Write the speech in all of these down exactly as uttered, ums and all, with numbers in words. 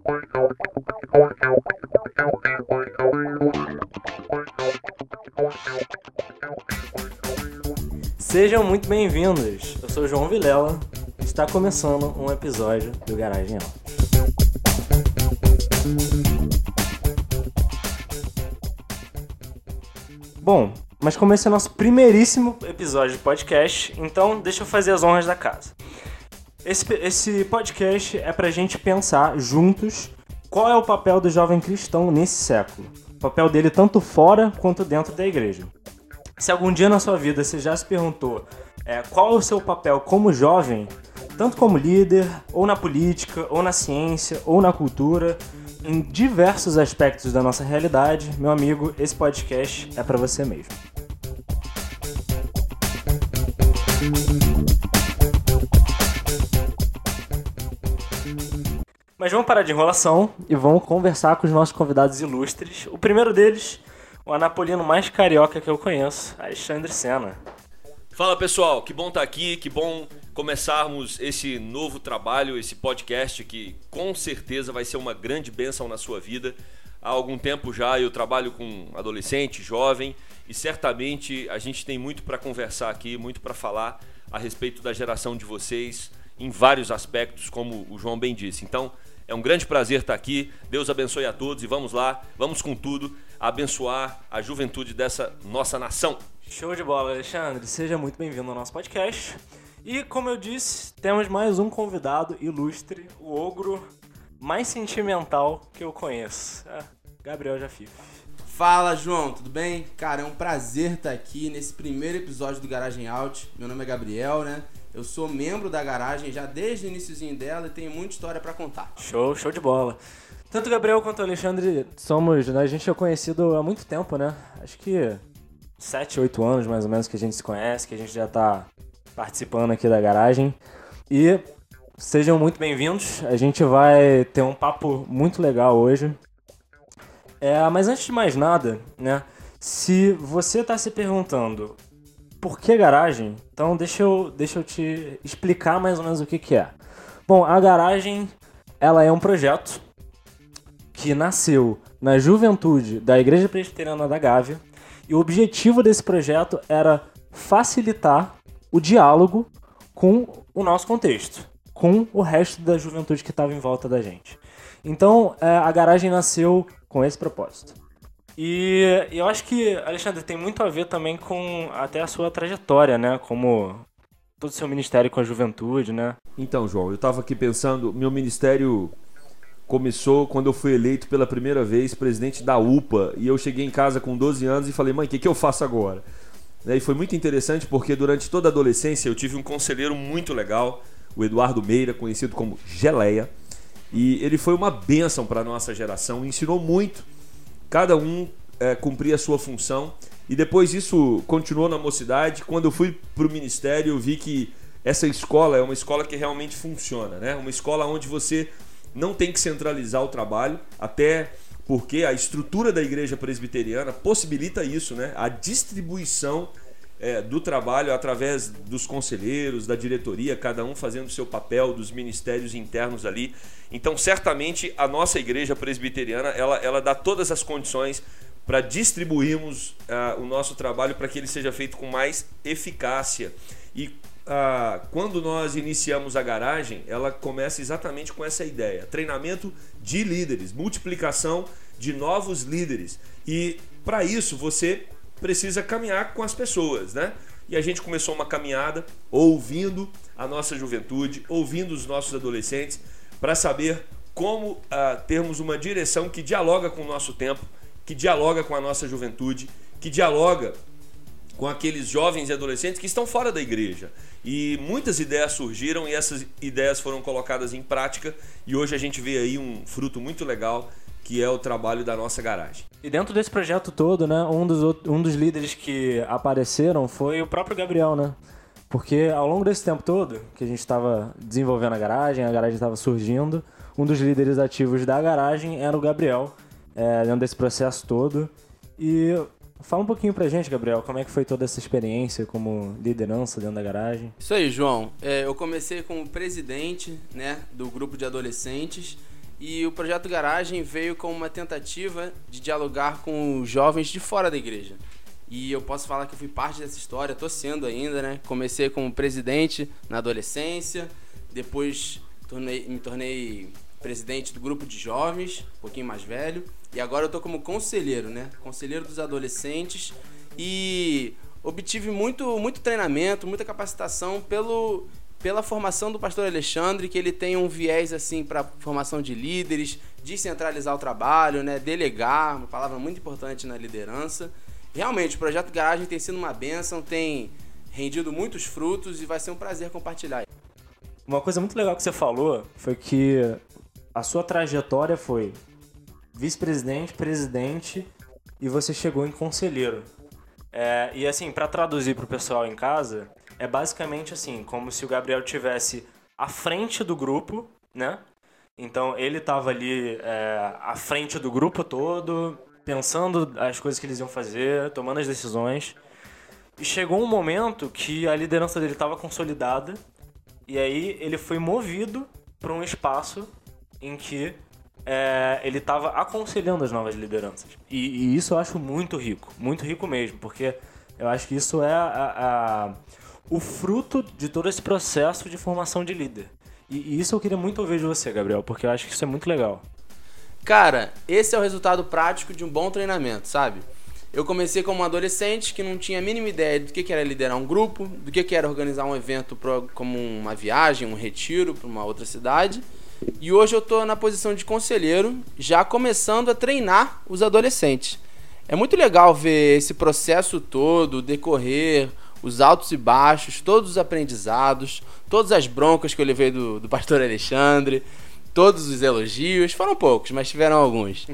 Sejam muito bem-vindos, eu sou o João Vilela e está começando um episódio do Garagem Alta. Bom, mas como esse é nosso primeiríssimo episódio de podcast, então deixa eu fazer as honras da casa. Esse, esse podcast é pra gente pensar juntos qual é o papel do jovem cristão nesse século. O papel dele tanto fora quanto dentro da igreja. Se algum dia na sua vida você já se perguntou é, qual é o seu papel como jovem, tanto como líder, ou na política, ou na ciência, ou na cultura, em diversos aspectos da nossa realidade, meu amigo, esse podcast é para você mesmo. Mas vamos parar de enrolação e vamos conversar com os nossos convidados ilustres. O primeiro deles, o anapolino mais carioca que eu conheço, Alexandre Sena. Fala pessoal, que bom estar aqui, que bom começarmos esse novo trabalho, esse podcast que com certeza vai ser uma grande bênção na sua vida. Há algum tempo já eu trabalho com adolescente, jovem e certamente a gente tem muito para conversar aqui, muito para falar a respeito da geração de vocês em vários aspectos, como o João bem disse. Então é um grande prazer estar aqui, Deus abençoe a todos e vamos lá, vamos com tudo abençoar a juventude dessa nossa nação. Show de bola, Alexandre. Seja muito bem-vindo ao nosso podcast. E, como eu disse, temos mais um convidado ilustre, o ogro mais sentimental que eu conheço, é Gabriel Jafif. Fala, João, tudo bem? Cara, é um prazer estar aqui nesse primeiro episódio do Garagem Out. Meu nome é Gabriel, né? Eu sou membro da Garagem já desde o iniciozinho dela e tenho muita história pra contar. Show, show de bola. Tanto o Gabriel quanto o Alexandre somos, né, a gente é conhecido há muito tempo, né? Acho que sete, oito anos mais ou menos que a gente se conhece, que a gente já tá participando aqui da Garagem. E sejam muito bem-vindos, a gente vai ter um papo muito legal hoje. É, mas antes de mais nada, né, se você tá se perguntando por que Garagem, então deixa eu, deixa eu te explicar mais ou menos o que que é. Bom, a Garagem, ela é um projeto que nasceu na juventude da Igreja Presbiteriana da Gávea, e o objetivo desse projeto era facilitar o diálogo com o nosso contexto, com o resto da juventude que estava em volta da gente. Então, a Garagem nasceu com esse propósito. E eu acho que, Alexandre, tem muito a ver também com até a sua trajetória, né? Como todo o seu ministério com a juventude, né? Então, João, eu estava aqui pensando, meu ministério começou quando eu fui eleito pela primeira vez presidente da U P A, e eu cheguei em casa com doze anos e falei, mãe, o que, que eu faço agora? E foi muito interessante porque durante toda a adolescência eu tive um conselheiro muito legal, o Eduardo Meira, conhecido como Geleia, e ele foi uma bênção para a nossa geração, ensinou muito, cada um é, cumpria a sua função, e depois isso continuou na mocidade. Quando eu fui para o ministério eu vi que essa escola é uma escola que realmente funciona, né? Uma escola onde você não tem que centralizar o trabalho, até porque a estrutura da igreja presbiteriana possibilita isso, né? A distribuição é, do trabalho através dos conselheiros, da diretoria, cada um fazendo o seu papel, dos ministérios internos ali. Então, certamente, a nossa igreja presbiteriana, ela, ela dá todas as condições para distribuirmos uh, o nosso trabalho para que ele seja feito com mais eficácia. E Ah, quando nós iniciamos a Garagem, ela começa exatamente com essa ideia: treinamento de líderes, multiplicação de novos líderes. E para isso você precisa caminhar com as pessoas, né? E a gente começou uma caminhada ouvindo a nossa juventude, ouvindo os nossos adolescentes, para saber como ah, termos uma direção que dialoga com o nosso tempo, que dialoga com a nossa juventude, que dialoga com aqueles jovens e adolescentes que estão fora da igreja. E muitas ideias surgiram e essas ideias foram colocadas em prática, e hoje a gente vê aí um fruto muito legal, que é o trabalho da nossa Garagem. E dentro desse projeto todo, né, um dos, um dos líderes que apareceram foi o próprio Gabriel, né? Porque ao longo desse tempo todo que a gente estava desenvolvendo a Garagem, a Garagem estava surgindo, um dos líderes ativos da Garagem era o Gabriel, é, dentro desse processo todo. E fala um pouquinho pra gente, Gabriel, como é que foi toda essa experiência como liderança dentro da Garagem? Isso aí, João. É, eu comecei como presidente, né, do grupo de adolescentes, e o Projeto Garagem veio como uma tentativa de dialogar com os jovens de fora da igreja. E eu posso falar que eu fui parte dessa história, tô sendo ainda, né? Comecei como presidente na adolescência, depois tornei, me tornei presidente do grupo de jovens, um pouquinho mais velho, e agora eu tô como conselheiro, né? Conselheiro dos adolescentes, e obtive muito, muito treinamento, muita capacitação pelo, pela formação do pastor Alexandre, que ele tem um viés assim para formação de líderes, descentralizar o trabalho, né? Delegar, uma palavra muito importante na liderança. Realmente, o Projeto Garagem tem sido uma bênção, tem rendido muitos frutos e vai ser um prazer compartilhar. Uma coisa muito legal que você falou foi que a sua trajetória foi vice-presidente, presidente e você chegou em conselheiro. É, e assim, para traduzir para o pessoal em casa, é basicamente assim, como se o Gabriel tivesse à frente do grupo, né? Então ele estava ali é, à frente do grupo todo, pensando as coisas que eles iam fazer, tomando as decisões. E chegou um momento que a liderança dele estava consolidada e aí ele foi movido para um espaço em que é, ele estava aconselhando as novas lideranças. E, e isso eu acho muito rico, muito rico mesmo, porque eu acho que isso é a, a, o fruto de todo esse processo de formação de líder. E, e isso eu queria muito ouvir de você, Gabriel, porque eu acho que isso é muito legal. Cara, esse é o resultado prático de um bom treinamento, sabe? Eu comecei como um adolescente que não tinha a mínima ideia do que era liderar um grupo, do que era organizar um evento pro, como uma viagem, um retiro para uma outra cidade. E hoje eu estou na posição de conselheiro, já começando a treinar os adolescentes. É muito legal ver esse processo todo decorrer, os altos e baixos, todos os aprendizados, todas as broncas que eu levei do, do pastor Alexandre, todos os elogios, foram poucos, mas tiveram alguns.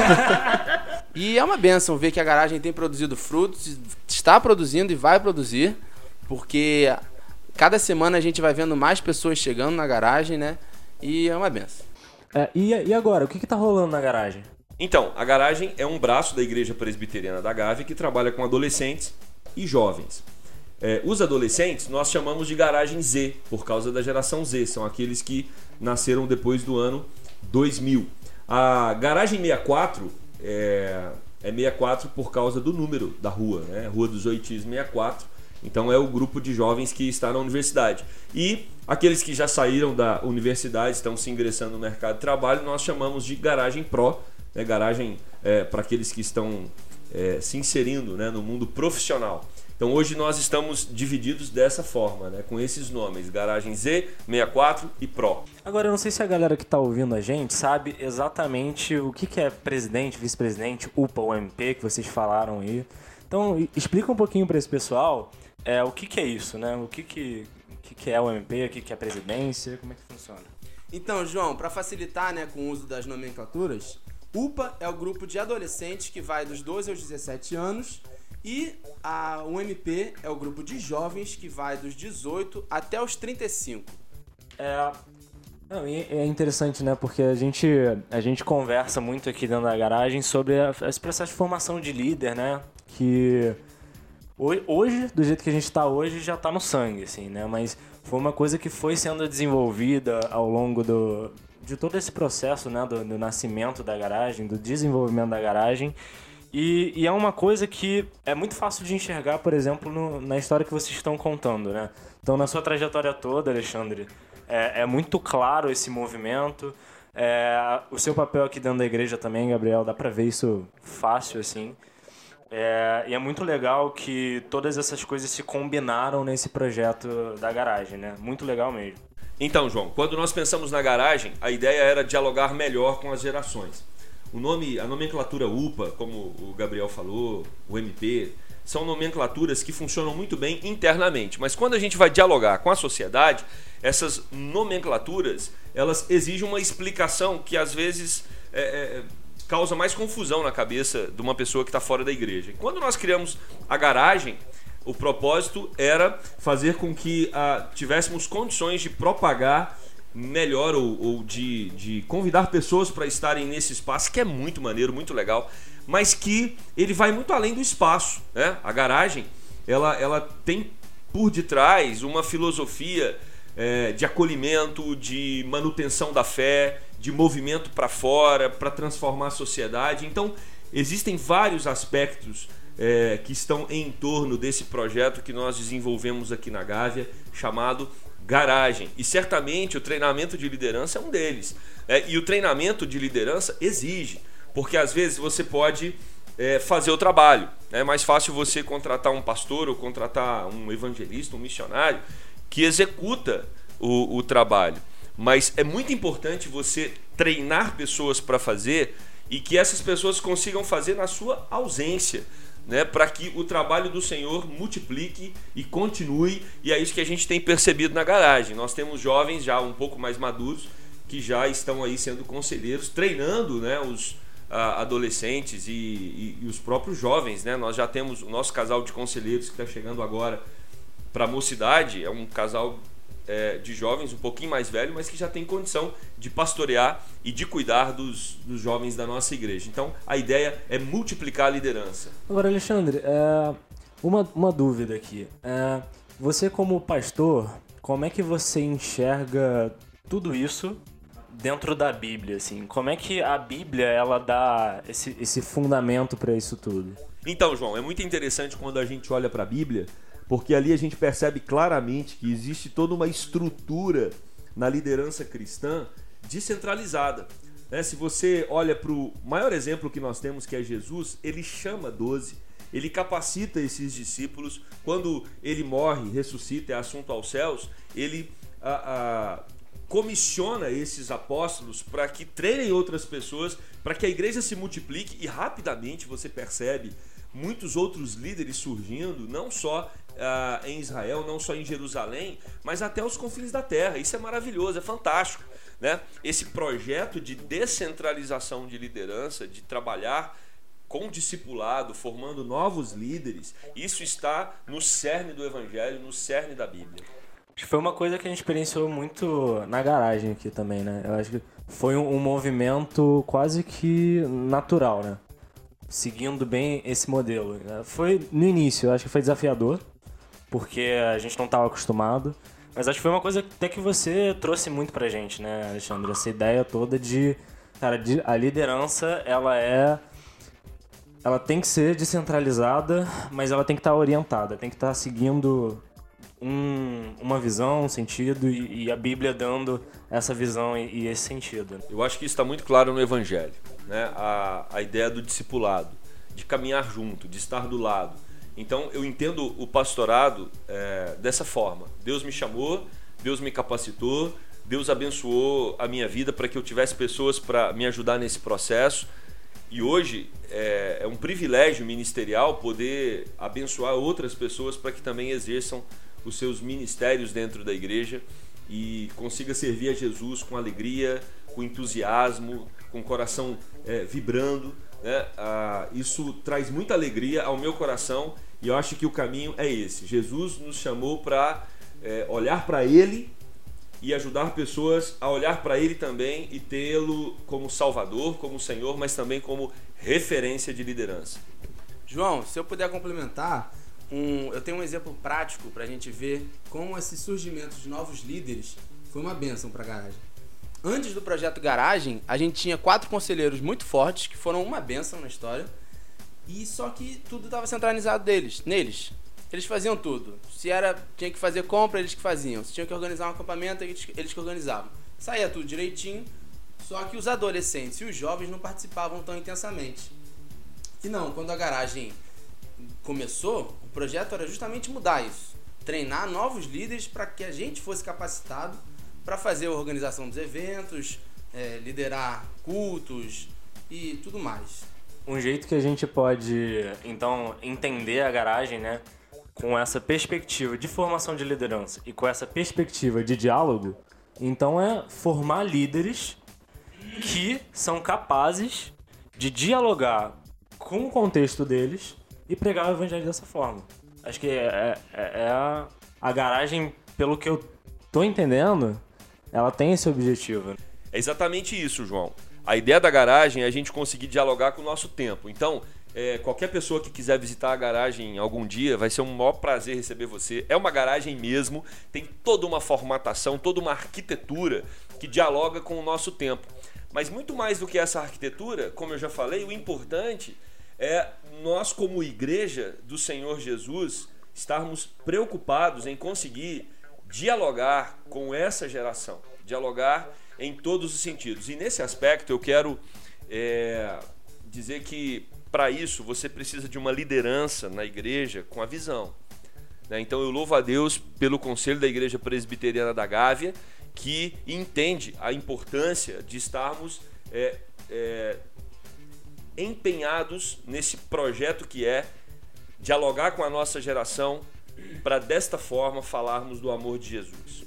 E é uma bênção ver que a garagem tem produzido frutos, está produzindo e vai produzir, porque cada semana a gente vai vendo mais pessoas chegando na garagem, né? E é uma bênção. É, e, e agora, o que está rolando na garagem? Então, a garagem é um braço da Igreja Presbiteriana da Gávea que trabalha com adolescentes e jovens. É, os adolescentes nós chamamos de garagem Z, por causa da geração Z, são aqueles que nasceram depois do ano dois mil. A garagem sessenta e quatro é, é sessenta e quatro por causa do número da rua, né? Rua dos Oitis sessenta e quatro, então é o grupo de jovens que está na universidade. E aqueles que já saíram da universidade, estão se ingressando no mercado de trabalho, nós chamamos de garagem Pro, né? Garagem é, para aqueles que estão é, se inserindo, né, no mundo profissional. Então hoje nós estamos divididos dessa forma, né, com esses nomes, Garagem Z, sessenta e quatro e Pro. Agora eu não sei se a galera que está ouvindo a gente sabe exatamente o que, que é presidente, vice-presidente, U P A ou M P, que vocês falaram aí. Então explica um pouquinho para esse pessoal é, o que, que é isso, né? O que, que, o que, que é o M P, o que, que é a presidência, como é que funciona? Então, João, para facilitar, né, com o uso das nomenclaturas, U P A é o grupo de adolescentes que vai dos doze aos dezessete anos. E a, o M P é o grupo de jovens que vai dos dezoito até os trinta e cinco. É, não, é interessante, né? Porque a gente, a gente conversa muito aqui dentro da garagem sobre a, esse processo de formação de líder, né? Que hoje, do jeito que a gente está hoje, já está no sangue, assim, né? Mas foi uma coisa que foi sendo desenvolvida ao longo do, de todo esse processo, né? Do, do nascimento da garagem, do desenvolvimento da garagem. E, e é uma coisa que é muito fácil de enxergar, por exemplo, no, na história que vocês estão contando, né? Então, na sua trajetória toda, Alexandre, é, é muito claro esse movimento. É, o seu papel aqui dentro da igreja também, Gabriel, dá pra ver isso fácil, assim. É, e é muito legal que todas essas coisas se combinaram nesse projeto da garagem, né? Muito legal mesmo. Então, João, quando nós pensamos na garagem, a ideia era dialogar melhor com as gerações. O nome, a nomenclatura U P A, como o Gabriel falou, o M P, são nomenclaturas que funcionam muito bem internamente. Mas quando a gente vai dialogar com a sociedade, essas nomenclaturas, elas exigem uma explicação que às vezes é, é, causa mais confusão na cabeça de uma pessoa que está fora da igreja. Quando nós criamos a garagem, o propósito era fazer com que ah, tivéssemos condições de propagar melhor ou, ou de, de convidar pessoas para estarem nesse espaço, que é muito maneiro, muito legal, mas que ele vai muito além do espaço, né? A garagem, ela, ela tem por detrás uma filosofia é, de acolhimento, de manutenção da fé, de movimento para fora, para transformar a sociedade. Então, existem vários aspectos é, que estão em torno desse projeto que nós desenvolvemos aqui na Gávea, chamado Garagem. E certamente o treinamento de liderança é um deles. É, e o treinamento de liderança exige, porque às vezes você pode é, fazer o trabalho. É mais fácil você contratar um pastor ou contratar um evangelista, um missionário, que executa o, o trabalho. Mas é muito importante você treinar pessoas para fazer e que essas pessoas consigam fazer na sua ausência, né, para que o trabalho do Senhor multiplique e continue. E é isso que a gente tem percebido na Garagem. Nós temos jovens já um pouco mais maduros que já estão aí sendo conselheiros, treinando, né, os a, adolescentes e, e, e os próprios jovens, né? Nós já temos o nosso casal de conselheiros que está chegando agora para a mocidade. É um casal é, de jovens um pouquinho mais velho, mas que já tem condição de pastorear e de cuidar dos, dos jovens da nossa igreja. Então a ideia é multiplicar a liderança. Agora, Alexandre, é, uma, uma dúvida aqui. É, você como pastor, como é que você enxerga tudo isso dentro da Bíblia, assim? Como é que a Bíblia ela dá esse, esse fundamento para isso tudo? Então, João, é muito interessante quando a gente olha para a Bíblia, porque ali a gente percebe claramente que existe toda uma estrutura na liderança cristã descentralizada. Né? Se você olha para o maior exemplo que nós temos, que é Jesus, ele chama doze, ele capacita esses discípulos. Quando ele morre, ressuscita, é assunto aos céus, ele a, a, comissiona esses apóstolos para que treinem outras pessoas, para que a igreja se multiplique, e rapidamente você percebe muitos outros líderes surgindo, não só uh, em Israel, não só em Jerusalém, mas até os confins da terra. Isso é maravilhoso, é fantástico, né? Esse projeto de descentralização de liderança, de trabalhar com discipulado, formando novos líderes, isso está no cerne do Evangelho, no cerne da Bíblia. Acho que foi uma coisa que a gente experienciou muito na Garagem aqui também, né? Eu acho que foi um, um movimento quase que natural, né? Seguindo bem esse modelo. Né? Foi no início, eu acho que foi desafiador, porque a gente não estava acostumado, mas acho que foi uma coisa até que você trouxe muito pra gente, né, Alexandre? Essa ideia toda de, cara, de, a liderança, ela é... ela tem que ser descentralizada, mas ela tem que estar orientada, tem que estar seguindo um, uma visão, um sentido, e, e a Bíblia dando essa visão e, e esse sentido. Eu acho que isso está muito claro no Evangelho, né? A, a ideia do discipulado, de caminhar junto, de estar do lado. Então eu entendo o pastorado é, dessa forma. Deus me chamou, Deus me capacitou, Deus abençoou a minha vida para que eu tivesse pessoas para me ajudar nesse processo. E hoje é, é um privilégio ministerial poder abençoar outras pessoas para que também exerçam os seus ministérios dentro da igreja e consiga servir a Jesus com alegria, com entusiasmo, com o coração é, vibrando, né? Ah, isso traz muita alegria ao meu coração, e eu acho que o caminho é esse. Jesus nos chamou para é, olhar para Ele e ajudar pessoas a olhar para Ele também e tê-lo como Salvador, como Senhor, mas também como referência de liderança. João, se eu puder complementar, um, eu tenho um exemplo prático para a gente ver como esse surgimento de novos líderes foi uma bênção para a Garagem. Antes do projeto Garagem, a gente tinha quatro conselheiros muito fortes, que foram uma bênção na história, e só que tudo estava centralizado deles, neles. Eles faziam tudo. Se era, tinha que fazer compra, eles que faziam. Se tinha que organizar um acampamento, eles, eles que organizavam. Saía tudo direitinho, só que os adolescentes e os jovens não participavam tão intensamente. E não, quando a Garagem começou, o projeto era justamente mudar isso. Treinar novos líderes para que a gente fosse capacitado para fazer a organização dos eventos, é, liderar cultos e tudo mais. Um jeito que a gente pode, então, entender a Garagem, né, com essa perspectiva de formação de liderança e com essa perspectiva de diálogo, então é formar líderes que são capazes de dialogar com o contexto deles e pregar o evangelho dessa forma. Acho que é, é, é a, a Garagem, pelo que eu tô entendendo, ela tem esse objetivo. É exatamente isso, João. A ideia da Garagem é a gente conseguir dialogar com o nosso tempo. Então, é, qualquer pessoa que quiser visitar a Garagem algum dia, vai ser um maior prazer receber você. É uma garagem mesmo, tem toda uma formatação, toda uma arquitetura que dialoga com o nosso tempo. Mas muito mais do que essa arquitetura, como eu já falei, o importante é nós, como igreja do Senhor Jesus, estarmos preocupados em conseguir dialogar com essa geração, dialogar em todos os sentidos. E nesse aspecto eu quero é, dizer que para isso você precisa de uma liderança na igreja com a visão. Né? Então eu louvo a Deus pelo Conselho da Igreja Presbiteriana da Gávea, que entende a importância de estarmos é, é, empenhados nesse projeto que é dialogar com a nossa geração para desta forma falarmos do amor de Jesus.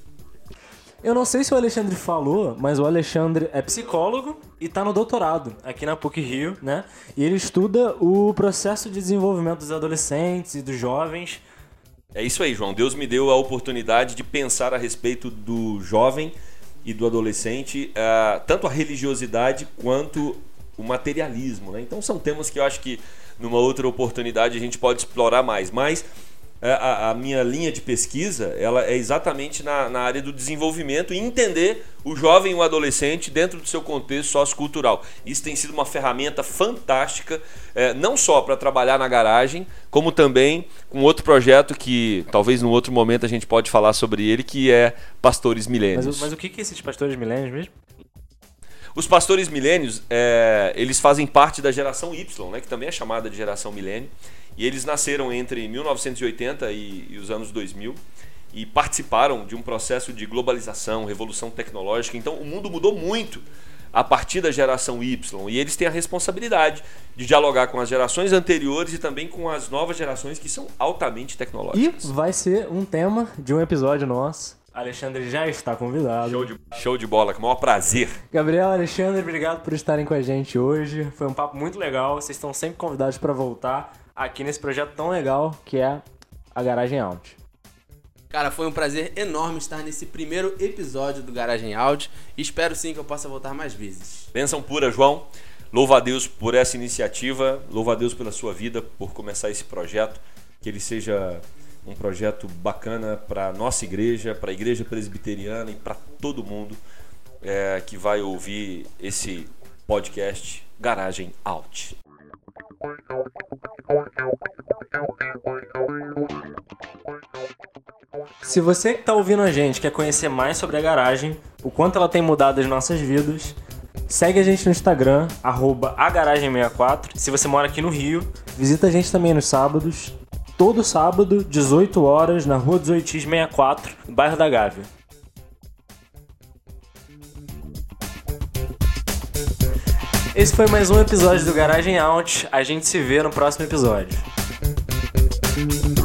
Eu não sei se o Alexandre falou, mas o Alexandre é psicólogo e está no doutorado aqui na PUC-Rio, né? E ele estuda o processo de desenvolvimento dos adolescentes e dos jovens. É isso aí, João. Deus me deu a oportunidade de pensar a respeito do jovem e do adolescente, uh, tanto a religiosidade quanto o materialismo, né? Então são temas que eu acho que numa outra oportunidade a gente pode explorar mais. Mas a, a minha linha de pesquisa ela é exatamente na, na área do desenvolvimento e entender o jovem e o adolescente dentro do seu contexto sociocultural. Isso tem sido uma ferramenta fantástica, é, não só para trabalhar na garagem, como também com outro projeto que talvez num outro momento a gente pode falar sobre ele, que é Pastores Milênios. Mas, mas o que é esses Pastores Milênios mesmo? Os Pastores Milênios, é, eles fazem parte da geração Y, né, que também é chamada de geração milênio. E eles nasceram entre mil novecentos e oitenta e, e os anos dois mil e participaram de um processo de globalização, revolução tecnológica. Então o mundo mudou muito a partir da geração Y e eles têm a responsabilidade de dialogar com as gerações anteriores e também com as novas gerações que são altamente tecnológicas. E vai ser um tema de um episódio nosso. Alexandre já está convidado. Show de, show de bola, com o maior prazer. Gabriel, Alexandre, obrigado por estarem com a gente hoje. Foi um papo muito legal. Vocês estão sempre convidados para voltar aqui nesse projeto tão legal que é a Garagem Out. Cara, foi um prazer enorme estar nesse primeiro episódio do Garagem Out e espero sim que eu possa voltar mais vezes. Bênção pura, João. Louvo a Deus por essa iniciativa, louvo a Deus pela sua vida, por começar esse projeto, que ele seja um projeto bacana para a nossa igreja, para a igreja presbiteriana e para todo mundo é, que vai ouvir esse podcast Garagem Out. Se você que está ouvindo a gente quer conhecer mais sobre a garagem, o quanto ela tem mudado as nossas vidas, segue a gente no Instagram, arroba a garagem sessenta e quatro. Se você mora aqui no Rio, visita a gente também nos sábados. Todo sábado, dezoito horas, na rua dos Oitis sessenta e quatro, no bairro da Gávea. Esse foi mais um episódio do Garagem Out. A gente se vê no próximo episódio.